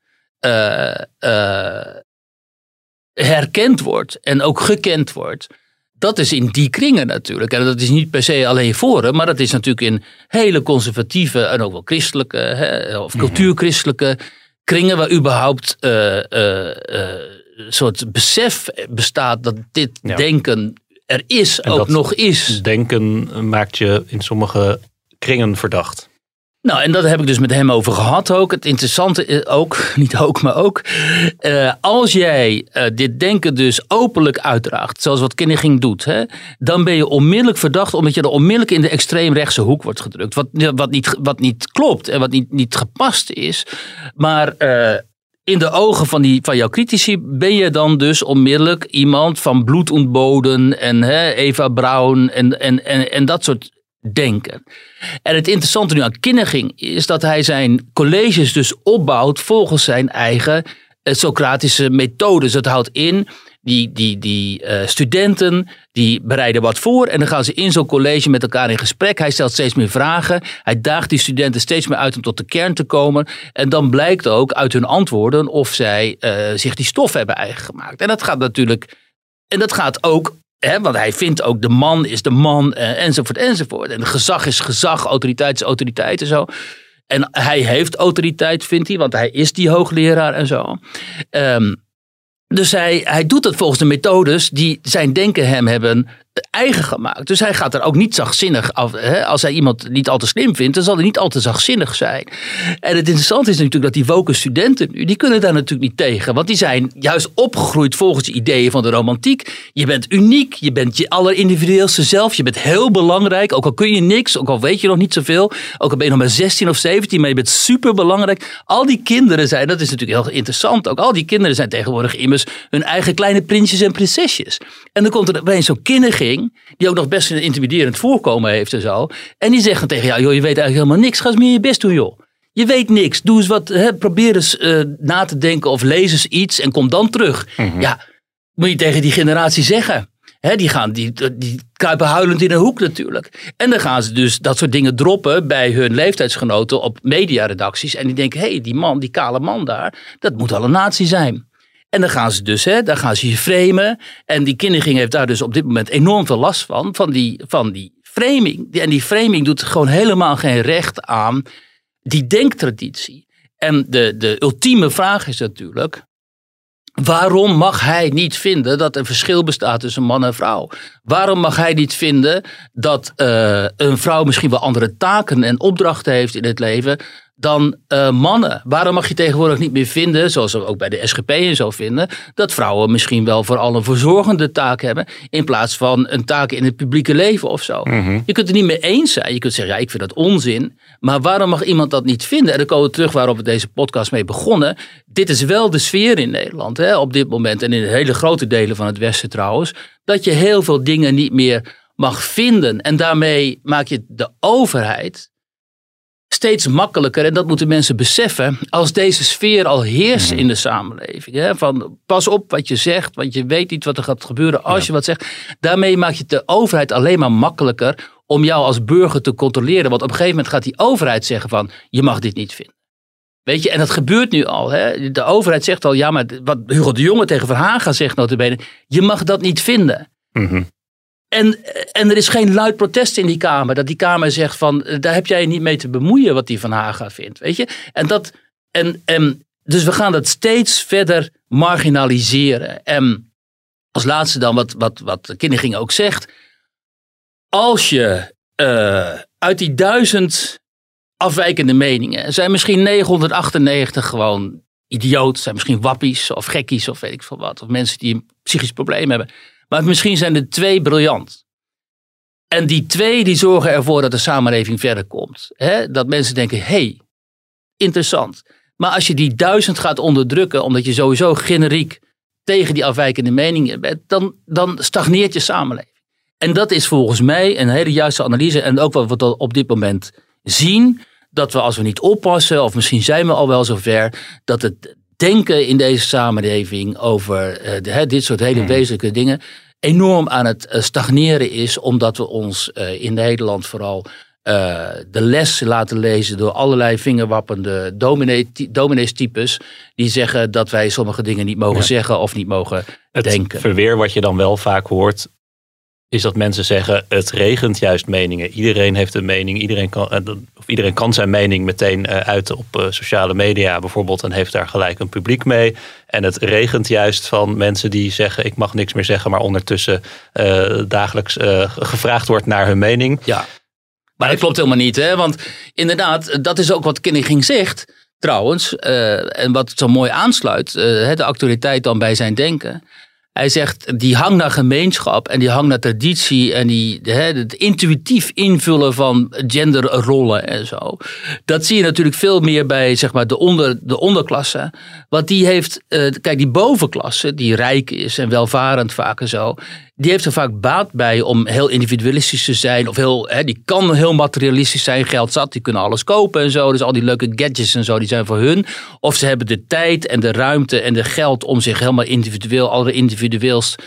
Speaker 3: herkend wordt en ook gekend wordt. Dat is in die kringen natuurlijk. En dat is niet per se alleen Forum, maar dat is natuurlijk in hele conservatieve en ook wel christelijke of cultuurchristelijke kringen waar überhaupt een soort besef bestaat dat dit denken er is, en ook nog is.
Speaker 2: Denken maakt je in sommige kringen verdacht.
Speaker 3: Nou, en dat heb ik dus met hem over gehad ook. Het interessante ook, niet ook, maar ook. Als jij dit denken dus openlijk uitdraagt, zoals wat Kinneging doet, dan ben je onmiddellijk verdacht, omdat je er onmiddellijk in de extreemrechtse hoek wordt gedrukt. Wat niet klopt en wat niet gepast is. Maar in de ogen van jouw critici ben je dan dus onmiddellijk iemand van bloed ontboden en Eva Braun en dat soort denken. En het interessante nu aan Kinneging is dat hij zijn colleges dus opbouwt volgens zijn eigen Socratische methodes. Dat houdt in Die studenten, die bereiden wat voor en dan gaan ze in zo'n college met elkaar in gesprek. Hij stelt steeds meer vragen. Hij daagt die studenten steeds meer uit om tot de kern te komen. En dan blijkt ook uit hun antwoorden of zij zich die stof hebben eigen gemaakt. En dat gaat natuurlijk, en dat gaat ook, want hij vindt ook de man is de man enzovoort enzovoort. En gezag is gezag, autoriteit is autoriteit en zo. En hij heeft autoriteit, vindt hij, want hij is die hoogleraar en zo. Dus hij doet het volgens de methodes die zijn denken hem hebben eigen gemaakt. Dus hij gaat er ook niet zachtzinnig af. Als hij iemand niet al te slim vindt, dan zal hij niet al te zachtzinnig zijn. En het interessante is natuurlijk dat die woke studenten nu, die kunnen daar natuurlijk niet tegen. Want die zijn juist opgegroeid volgens de ideeën van de romantiek. Je bent uniek, je bent je allerindividueelste zelf. Je bent heel belangrijk, ook al kun je niks, ook al weet je nog niet zoveel. Ook al ben je nog maar 16 of 17, maar je bent super belangrijk. Al die kinderen zijn, dat is natuurlijk heel interessant ook. Al die kinderen zijn tegenwoordig immers hun eigen kleine prinsjes en prinsesjes. En dan komt er opeens zo'n kinderging die ook nog best een intimiderend voorkomen heeft en zo. En die zeggen tegen jou, joh, je weet eigenlijk helemaal niks. Ga eens meer je best doen, joh. Je weet niks. Doe eens wat, probeer eens na te denken of lees eens iets en kom dan terug. Mm-hmm. Ja, moet je tegen die generatie zeggen. Die kruipen huilend in een hoek natuurlijk. En dan gaan ze dus dat soort dingen droppen bij hun leeftijdsgenoten op mediaredacties. En die denken, die man, die kale man daar, dat moet al een nazi zijn. En dan gaan ze dus, dan gaan ze je framen. En die kinderging heeft daar dus op dit moment enorm veel last van die framing. En die framing doet gewoon helemaal geen recht aan die denktraditie. En de ultieme vraag is natuurlijk, waarom mag hij niet vinden dat er verschil bestaat tussen man en vrouw? Waarom mag hij niet vinden dat een vrouw misschien wel andere taken en opdrachten heeft in het leven dan mannen? Waarom mag je tegenwoordig niet meer vinden, zoals we ook bij de SGP en zo vinden, dat vrouwen misschien wel vooral een verzorgende taak hebben in plaats van een taak in het publieke leven of zo? Mm-hmm. Je kunt het niet mee eens zijn. Je kunt zeggen, ik vind dat onzin. Maar waarom mag iemand dat niet vinden? En dan komen we terug waarop we deze podcast mee begonnen. Dit is wel de sfeer in Nederland op dit moment en in hele grote delen van het Westen trouwens, dat je heel veel dingen niet meer mag vinden. En daarmee maak je de overheid steeds makkelijker, en dat moeten mensen beseffen, als deze sfeer al heerst in de samenleving. Van pas op wat je zegt, want je weet niet wat er gaat gebeuren als je wat zegt. Daarmee maak je de overheid alleen maar makkelijker om jou als burger te controleren. Want op een gegeven moment gaat die overheid zeggen van, je mag dit niet vinden. Weet je, en dat gebeurt nu al. De overheid zegt al, ja, maar wat Hugo de Jonge tegen Van Haga zegt notabene, je mag dat niet vinden. Mm-hmm. En er is geen luid protest in die Kamer. Dat die Kamer zegt van, daar heb jij je niet mee te bemoeien wat die Van Haga vindt. Weet je? Dus we gaan dat steeds verder marginaliseren. En als laatste dan wat de kinderging ook zegt. Als je uit die 1000 afwijkende meningen, zijn misschien 998 gewoon idioot. Zijn misschien wappies of gekkies of weet ik veel wat. Of mensen die een psychisch probleem hebben. Maar misschien zijn er 2 briljant. En die 2 die zorgen ervoor dat de samenleving verder komt. Dat mensen denken, interessant. Maar als je die 1000 gaat onderdrukken, omdat je sowieso generiek tegen die afwijkende meningen bent, dan stagneert je samenleving. En dat is volgens mij een hele juiste analyse. En ook wat we op dit moment zien, dat we als we niet oppassen, of misschien zijn we al wel zover, dat het denken in deze samenleving over dit soort hele wezenlijke dingen enorm aan het stagneren is, omdat we ons in Nederland vooral de les laten lezen door allerlei vingerwappende domineestypes die zeggen dat wij sommige dingen niet mogen zeggen of niet mogen denken.
Speaker 2: Het verweer wat je dan wel vaak hoort is dat mensen zeggen, het regent juist meningen. Iedereen heeft een mening. Iedereen kan zijn mening meteen uiten op sociale media bijvoorbeeld en heeft daar gelijk een publiek mee. En het regent juist van mensen die zeggen, ik mag niks meer zeggen, maar ondertussen dagelijks gevraagd wordt naar hun mening.
Speaker 3: Ja, maar dat klopt helemaal niet. Want inderdaad, dat is ook wat Kinderging zegt trouwens. En wat zo mooi aansluit, de actualiteit dan bij zijn denken. Hij zegt, die hang naar gemeenschap en die hang naar traditie en het intuïtief invullen van genderrollen en zo. Dat zie je natuurlijk veel meer bij zeg maar, de onderklasse. Want die heeft, kijk, die bovenklasse, die rijk is en welvarend vaak en zo, die heeft er vaak baat bij om heel individualistisch te zijn. Of die kan heel materialistisch zijn, geld zat, die kunnen alles kopen en zo. Dus al die leuke gadgets en zo, die zijn voor hun. Of ze hebben de tijd en de ruimte en de geld om zich helemaal individueels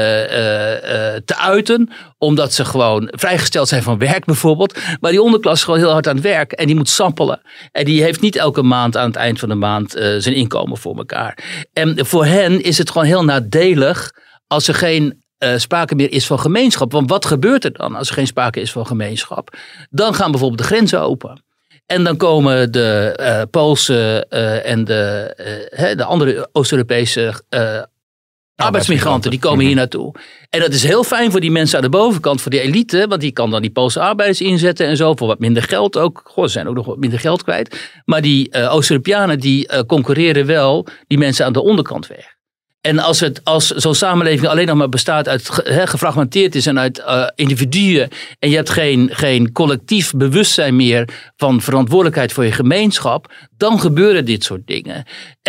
Speaker 3: te uiten. Omdat ze gewoon vrijgesteld zijn van werk bijvoorbeeld. Maar die onderklasse is gewoon heel hard aan het werk. En die moet sampelen. En die heeft niet elke maand aan het eind van de maand zijn inkomen voor elkaar. En voor hen is het gewoon heel nadelig als er geen sprake meer is van gemeenschap. Want wat gebeurt er dan als er geen sprake is van gemeenschap? Dan gaan bijvoorbeeld de grenzen open. En dan komen de Poolse en de andere Oost-Europese arbeidsmigranten, die komen hier naartoe. En dat is heel fijn voor die mensen aan de bovenkant, voor die elite. Want die kan dan die Poolse arbeiders inzetten en zo. Voor wat minder geld ook. Ze zijn ook nog wat minder geld kwijt. Maar die Oost-Europeanen die concurreren wel die mensen aan de onderkant weg. En als zo'n samenleving alleen nog maar bestaat uit gefragmenteerd is en uit individuen. En je hebt geen collectief bewustzijn meer van verantwoordelijkheid voor je gemeenschap. Dan gebeuren dit soort dingen.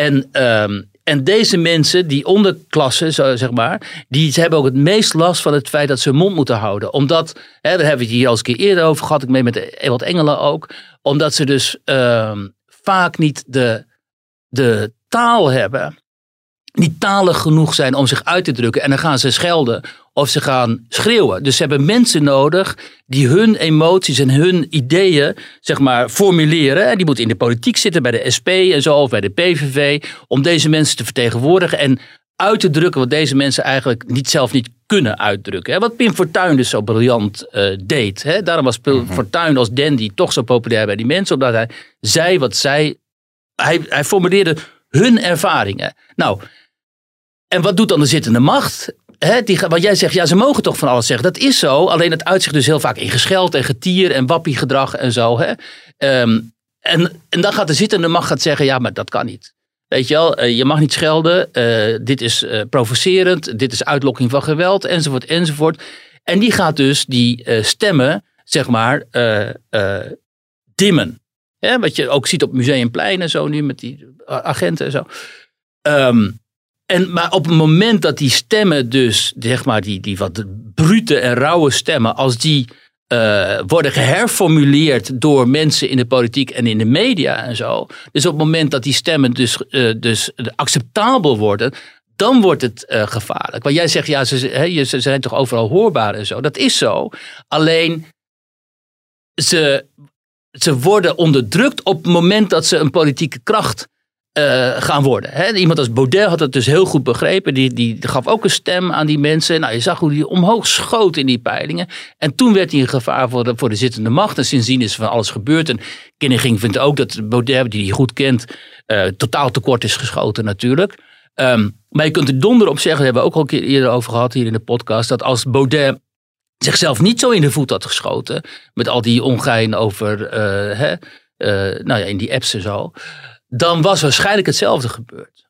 Speaker 3: En deze mensen, die onderklasse, zeg maar, die hebben ook het meest last van het feit dat ze hun mond moeten houden. Omdat, daar hebben we het hier al eens een keer eerder over gehad, ik meen met Ewald Engelen ook. Omdat ze dus vaak niet de taal hebben, niet talig genoeg zijn om zich uit te drukken. En dan gaan ze schelden of ze gaan schreeuwen. Dus ze hebben mensen nodig die hun emoties en hun ideeën, zeg maar, formuleren. En die moeten in de politiek zitten, bij de SP en zo, of bij de PVV, om deze mensen te vertegenwoordigen en uit te drukken wat deze mensen eigenlijk zelf niet kunnen uitdrukken. Wat Pim Fortuyn dus zo briljant deed. Daarom was Pim Fortuyn als dandy toch zo populair bij die mensen, omdat hij zei wat hij formuleerde hun ervaringen. Nou, en wat doet dan de zittende macht? Wat jij zegt, ja, ze mogen toch van alles zeggen. Dat is zo, alleen het uitzicht dus heel vaak in gescheld en getier en wappiegedrag en zo. En dan gaat de zittende macht zeggen, ja, maar dat kan niet. Weet je wel, je mag niet schelden, dit is provocerend, dit is uitlokking van geweld, enzovoort, enzovoort. En die gaat dus die stemmen, zeg maar, dimmen. Wat je ook ziet op Museumplein en zo nu met die agenten en zo. Maar op het moment dat die stemmen dus, zeg maar, die wat brute en rauwe stemmen, als die worden geherformuleerd door mensen in de politiek en in de media en zo. Dus op het moment dat die stemmen dus acceptabel worden, dan wordt het gevaarlijk. Want jij zegt, ja, ze zijn toch overal hoorbaar en zo. Dat is zo. Alleen ze worden onderdrukt op het moment dat ze een politieke kracht gaan worden. Iemand als Baudet had het dus heel goed begrepen. Die gaf ook een stem aan die mensen. Nou, je zag hoe die omhoog schoot in die peilingen. En toen werd hij een gevaar voor de zittende macht. En sindsdien is er van alles gebeurd. En Kinneging vindt ook dat Baudet, die hij goed kent, totaal tekort is geschoten natuurlijk. Maar je kunt er donder op zeggen, daar hebben we ook al een keer eerder over gehad hier in de podcast, dat als Baudet zichzelf niet zo in de voet had geschoten, met al die ongein over, in die apps en zo, dan was waarschijnlijk hetzelfde gebeurd.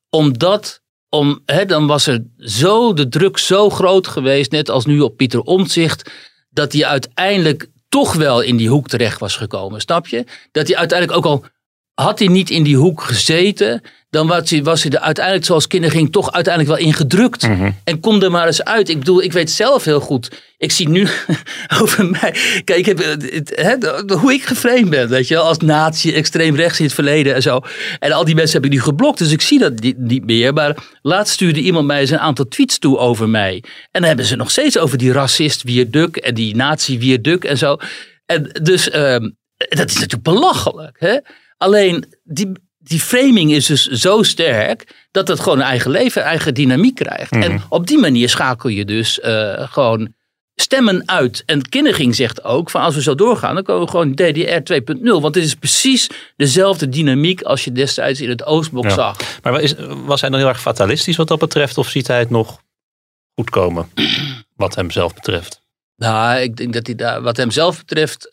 Speaker 3: Dan was er de druk zo groot geweest, net als nu op Pieter Omtzigt, dat hij uiteindelijk toch wel in die hoek terecht was gekomen, snap je? Dat hij uiteindelijk ook al, had hij niet in die hoek gezeten, dan was hij er uiteindelijk, zoals Kinneging, toch uiteindelijk wel ingedrukt. En kom er maar eens uit. Ik bedoel, ik weet zelf heel goed. Ik zie nu over mij. Kijk, hoe ik geframed ben, weet je wel, als nazi, extreem rechts in het verleden en zo. En al die mensen heb ik nu geblokt, dus ik zie dat niet meer. Maar laatst stuurde iemand mij eens een aantal tweets toe over mij. En dan hebben ze nog steeds over die racist Wierduk en die nazi Wierduk en zo. En dus, dat is natuurlijk belachelijk, Alleen, die framing is dus zo sterk dat het gewoon een eigen leven, eigen dynamiek krijgt. En op die manier schakel je dus gewoon stemmen uit. En Kinneging zegt ook, van als we zo doorgaan, dan komen we gewoon DDR 2.0. Want het is precies dezelfde dynamiek als je destijds in het Oostblok zag. Maar
Speaker 2: was hij dan heel erg fatalistisch wat dat betreft? Of ziet hij het nog goed komen, wat hem zelf betreft?
Speaker 3: Nou, ik denk dat hij daar, wat hem zelf betreft,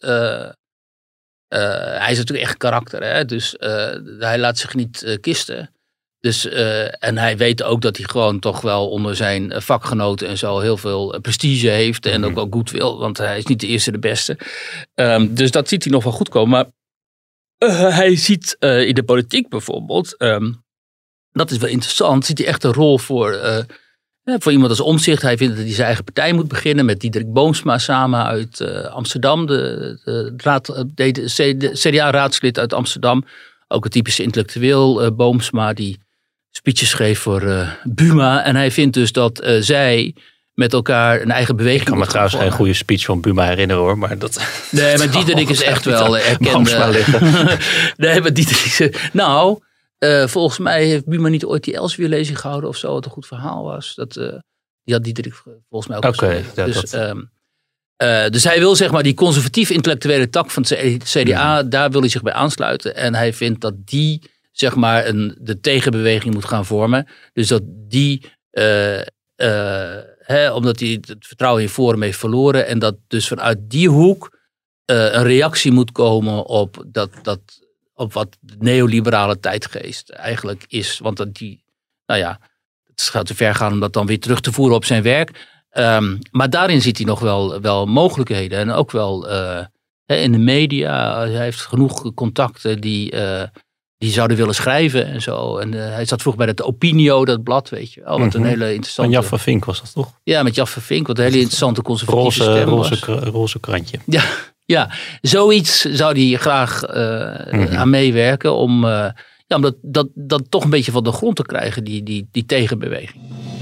Speaker 3: hij is natuurlijk echt karakter. Dus hij laat zich niet kisten. Dus, en hij weet ook dat hij gewoon toch wel onder zijn vakgenoten en zo heel veel prestige heeft. En ook goed wil, want hij is niet de eerste de beste. Dus dat ziet hij nog wel goed komen. Maar hij ziet in de politiek bijvoorbeeld, dat is wel interessant, ziet hij echt een rol voor Voor iemand als Omtzigt, hij vindt dat hij zijn eigen partij moet beginnen met Diederik Boomsma samen uit Amsterdam. De CDA-raadslid uit Amsterdam. Ook een typische intellectueel Boomsma die speeches schreef voor Buma. En hij vindt dus dat zij met elkaar een eigen beweging.
Speaker 2: Ik kan me trouwens geen goede speech van Buma herinneren hoor. Maar dat,
Speaker 3: nee, maar Diederik is echt wel erkend. Nee, maar Diederik. Nou, volgens mij heeft Buma niet ooit die Elsevier-lezing gehouden of zo. Wat een goed verhaal was. Die had Diederik volgens mij ook geschreven. Ja, dus hij wil zeg maar die conservatief-intellectuele tak van het CDA, daar wil hij zich bij aansluiten. En hij vindt dat die zeg maar de tegenbeweging moet gaan vormen. Dus dat die, omdat hij het vertrouwen in Forum heeft verloren. En dat dus vanuit die hoek een reactie moet komen op op wat de neoliberale tijdgeest eigenlijk is. Want het gaat te ver gaan om dat dan weer terug te voeren op zijn werk. Maar daarin ziet hij nog wel mogelijkheden. En ook wel in de media. Hij heeft genoeg contacten die zouden willen schrijven en zo. En hij zat vroeger bij het Opinio, dat blad, weet je wel. Wat een hele interessante...
Speaker 2: Van Jaffa Vink was dat toch?
Speaker 3: Ja, met Jaffa Vink. Wat een hele interessante conservatieve stem was.
Speaker 2: Roze krantje.
Speaker 3: Ja, zoiets zou hij graag aan meewerken. Om dat toch een beetje van de grond te krijgen, die tegenbeweging.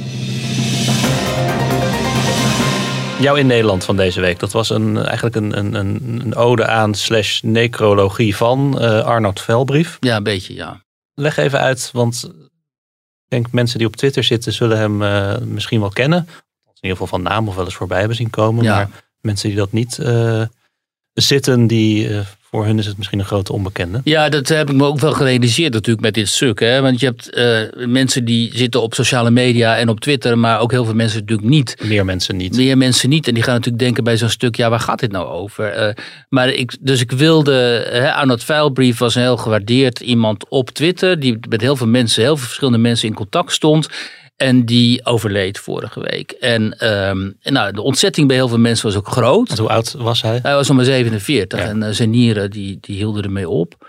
Speaker 2: Jou in Nederland van deze week. Dat was eigenlijk een ode aan / necrologie van Arnoud Velbrief.
Speaker 3: Ja, een beetje, ja.
Speaker 2: Leg even uit, want ik denk mensen die op Twitter zitten zullen hem misschien wel kennen. In ieder geval van naam of wel eens voorbij hebben zien komen. Ja. Maar mensen die dat niet zitten, voor hun is het misschien een grote onbekende. Ja, dat heb ik me ook wel gerealiseerd natuurlijk met dit stuk. Hè? Want je hebt mensen die zitten op sociale media en op Twitter, maar ook heel veel mensen natuurlijk niet. Meer mensen niet. En die gaan natuurlijk denken bij zo'n stuk, ja, waar gaat dit nou over? Maar ik wilde, Arnoud Velbrief was een heel gewaardeerd iemand op Twitter, die met heel veel verschillende mensen in contact stond. En die overleed vorige week. En de ontzetting bij heel veel mensen was ook groot. Want hoe oud was hij? Hij was nog maar 47. Ja. En zijn nieren die hielden ermee op.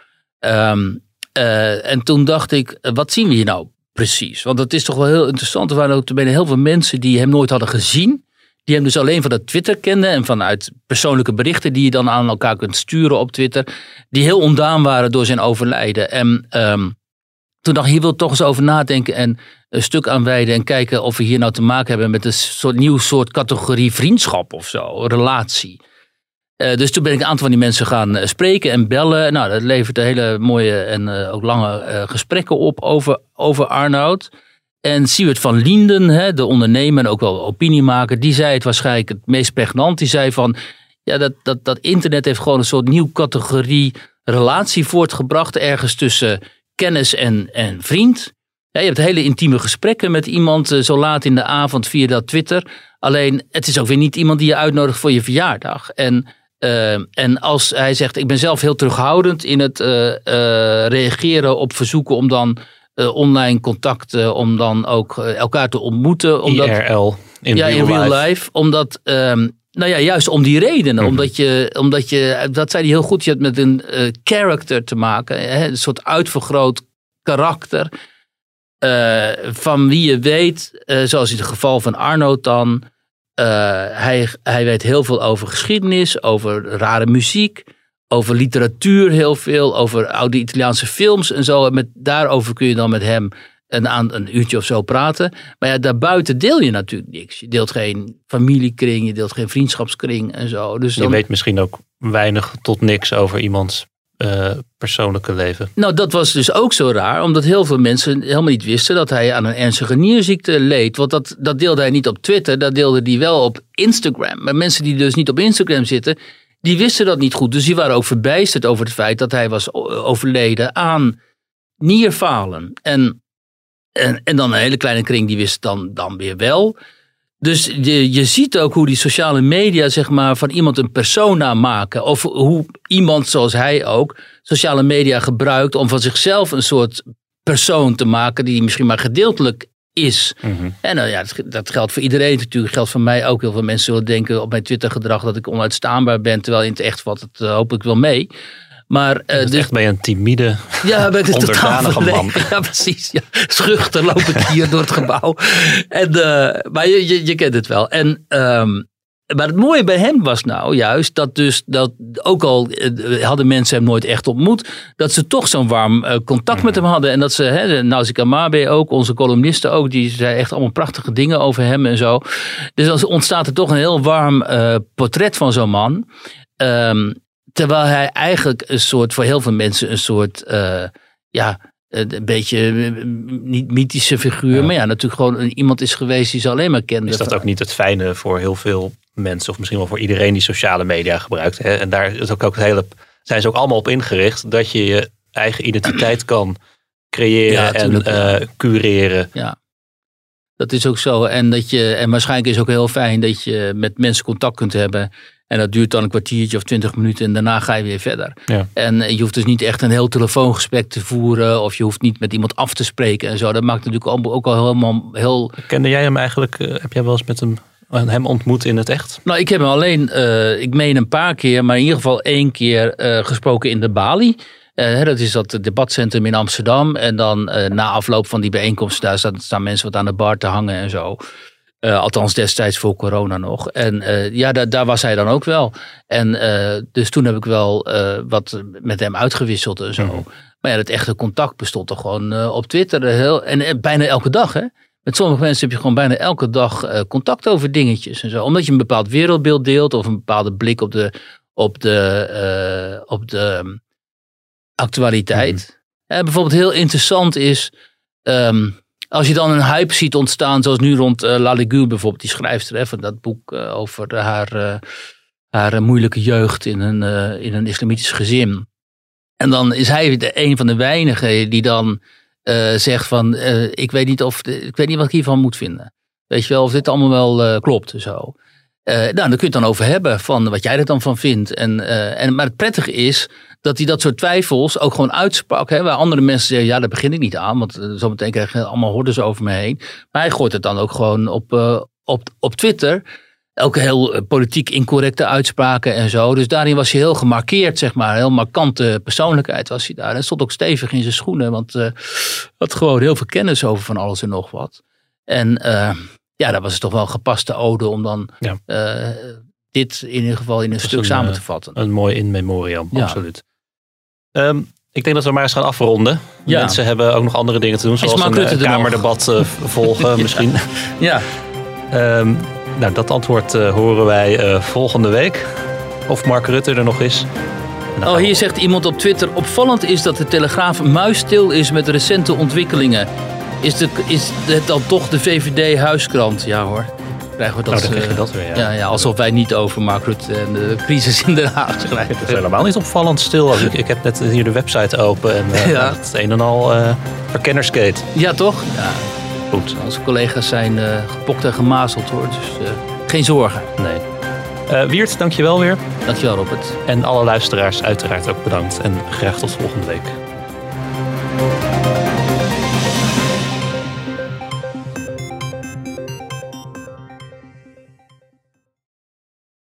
Speaker 2: En toen dacht ik, wat zien we hier nou precies? Want dat is toch wel heel interessant. Er waren ook bijna heel veel mensen die hem nooit hadden gezien. Die hem dus alleen van dat Twitter kenden. En vanuit persoonlijke berichten die je dan aan elkaar kunt sturen op Twitter. Die heel ontdaan waren door zijn overlijden. En toen dacht ik, hier wil ik toch eens over nadenken en een stuk aanwijden en kijken of we hier nou te maken hebben met een nieuw soort categorie vriendschap of zo, relatie. Dus toen ben ik een aantal van die mensen gaan spreken en bellen. Nou, dat levert hele mooie en ook lange gesprekken op over Arnoud. En Siewert van Lienden, de ondernemer en ook wel opiniemaker, die zei het waarschijnlijk het meest pregnant. Die zei van, ja, dat internet heeft gewoon een soort nieuw categorie relatie voortgebracht ergens tussen kennis en vriend. Ja, je hebt hele intieme gesprekken met iemand zo laat in de avond via dat Twitter. Alleen, het is ook weer niet iemand die je uitnodigt voor je verjaardag. En als hij zegt, ik ben zelf heel terughoudend in het reageren op verzoeken om dan online contacten, om dan ook elkaar te ontmoeten. Omdat, IRL, in real life. Omdat, juist om die redenen. Mm-hmm. Omdat je, dat zei hij heel goed, je hebt met een character te maken. Een soort uitvergroot karakter. Van wie je weet, zoals in het geval van Arnoud dan. Hij weet heel veel over geschiedenis, over rare muziek, over literatuur heel veel, over oude Italiaanse films en zo. Daarover kun je dan met hem een uurtje of zo praten. Maar ja, daarbuiten deel je natuurlijk niks. Je deelt geen familiekring, je deelt geen vriendschapskring en zo. Dus je weet misschien ook weinig tot niks over iemands persoonlijke leven. Nou, dat was dus ook zo raar, omdat heel veel mensen helemaal niet wisten dat hij aan een ernstige nierziekte leed. Want dat deelde hij niet op Twitter, dat deelde hij wel op Instagram. Maar mensen die dus niet op Instagram zitten, die wisten dat niet goed. Dus die waren ook verbijsterd over het feit dat hij was overleden aan nierfalen. En dan een hele kleine kring, die wist dan weer wel. Dus je ziet ook hoe die sociale media zeg maar van iemand een persona maken. Of hoe iemand zoals hij ook sociale media gebruikt om van zichzelf een soort persoon te maken die misschien maar gedeeltelijk is. Mm-hmm. En dat geldt voor iedereen natuurlijk. Geldt voor mij ook. Heel veel mensen zullen denken op mijn Twitter gedrag dat ik onuitstaanbaar ben. Terwijl in het echt valt het hoop ik wel mee.
Speaker 3: Maar,
Speaker 2: dus echt ben je een timide, onderdanige man.
Speaker 3: Ja, precies. Ja. Schuchter loop ik hier door het gebouw. Maar je kent het wel. Maar het mooie bij hem was nou juist dat ook al hadden mensen hem nooit echt ontmoet, dat ze toch zo'n warm contact met hem hadden. En dat ze, Nausicaa Mabe ook, onze columnisten ook, die zei echt allemaal prachtige dingen over hem en zo. Dus dan ontstaat er toch een heel warm portret van zo'n man. Terwijl hij eigenlijk een soort, voor heel veel mensen, een soort, een beetje niet mythische figuur, maar ja, natuurlijk gewoon iemand is geweest die ze alleen maar kenden.
Speaker 2: Is dat ook niet het fijne voor heel veel mensen, of misschien wel voor iedereen die sociale media gebruikt? Hè? En daar is ook zijn ze ook allemaal op ingericht dat je je eigen identiteit kan creëren en cureren.
Speaker 3: Ja, dat is ook zo. En waarschijnlijk is het ook heel fijn dat je met mensen contact kunt hebben. En dat duurt dan een kwartiertje of 20 minuten en daarna ga je weer verder. Ja. En je hoeft dus niet echt een heel telefoongesprek te voeren of je hoeft niet met iemand af te spreken en zo. Dat maakt natuurlijk ook al helemaal heel...
Speaker 2: Kende jij hem eigenlijk? Heb jij wel eens met hem ontmoet in het echt?
Speaker 3: Nou, ik heb hem alleen, ik meen een paar keer, maar in ieder geval 1 keer gesproken in de Bali. Dat is dat debatcentrum in Amsterdam. En dan na afloop van die bijeenkomst, daar staan mensen wat aan de bar te hangen en zo. Althans destijds voor corona nog. En daar was hij dan ook wel. En dus toen heb ik wel wat met hem uitgewisseld en zo. Mm-hmm. Maar ja, het echte contact bestond toch gewoon op Twitter. En bijna elke dag, hè. Met sommige mensen heb je gewoon bijna elke dag contact over dingetjes en zo. Omdat je een bepaald wereldbeeld deelt of een bepaalde blik op de actualiteit. Mm-hmm. Bijvoorbeeld heel interessant is... als je dan een hype ziet ontstaan, zoals nu rond Laligueur bijvoorbeeld, die schrijfster van dat boek over haar moeilijke jeugd in een islamitisch gezin. En dan is hij een van de weinigen die dan zegt van, ik weet niet wat ik hiervan moet vinden. Weet je wel, of dit allemaal wel klopt en zo. Daar kun je het dan over hebben, van wat jij er dan van vindt. Maar het prettige is dat hij dat soort twijfels ook gewoon uitsprak. Hè, waar andere mensen zeggen, ja, daar begin ik niet aan. Want zometeen krijg je allemaal hordes over me heen. Maar hij gooit het dan ook gewoon op Twitter. Ook heel politiek incorrecte uitspraken en zo. Dus daarin was hij heel gemarkeerd, zeg maar. Heel markante persoonlijkheid was hij daar. En stond ook stevig in zijn schoenen. Want had gewoon heel veel kennis over van alles en nog wat. En dat was het toch wel een gepaste ode om dan dit in ieder geval in een stuk samen te vatten.
Speaker 2: Een mooi in memoriam, absoluut. Ik denk dat we maar eens gaan afronden. Ja. Mensen hebben ook nog andere dingen te doen, zoals een kamerdebat volgen misschien.
Speaker 3: Ja.
Speaker 2: Dat antwoord horen wij volgende week. Of Mark Rutte er nog is.
Speaker 3: Hier zegt iemand op Twitter: opvallend is dat de Telegraaf muisstil is met recente ontwikkelingen. Is het dan toch de VVD-huiskrant? Ja hoor. Krijgen we dat,
Speaker 2: dan krijg je dat weer,
Speaker 3: ja, alsof wij niet over Mark Rutte en de crisis in Den Haag schrijven.
Speaker 2: Het is helemaal niet opvallend stil. Ik heb net hier de website open en het een en al verkennerskate.
Speaker 3: Ja, toch? Ja. Goed. Onze collega's zijn gepokt en gemazeld hoor, dus geen zorgen.
Speaker 2: Nee. Wiert, dankjewel weer.
Speaker 3: Dankjewel Robert.
Speaker 2: En alle luisteraars uiteraard ook bedankt. En graag tot volgende week.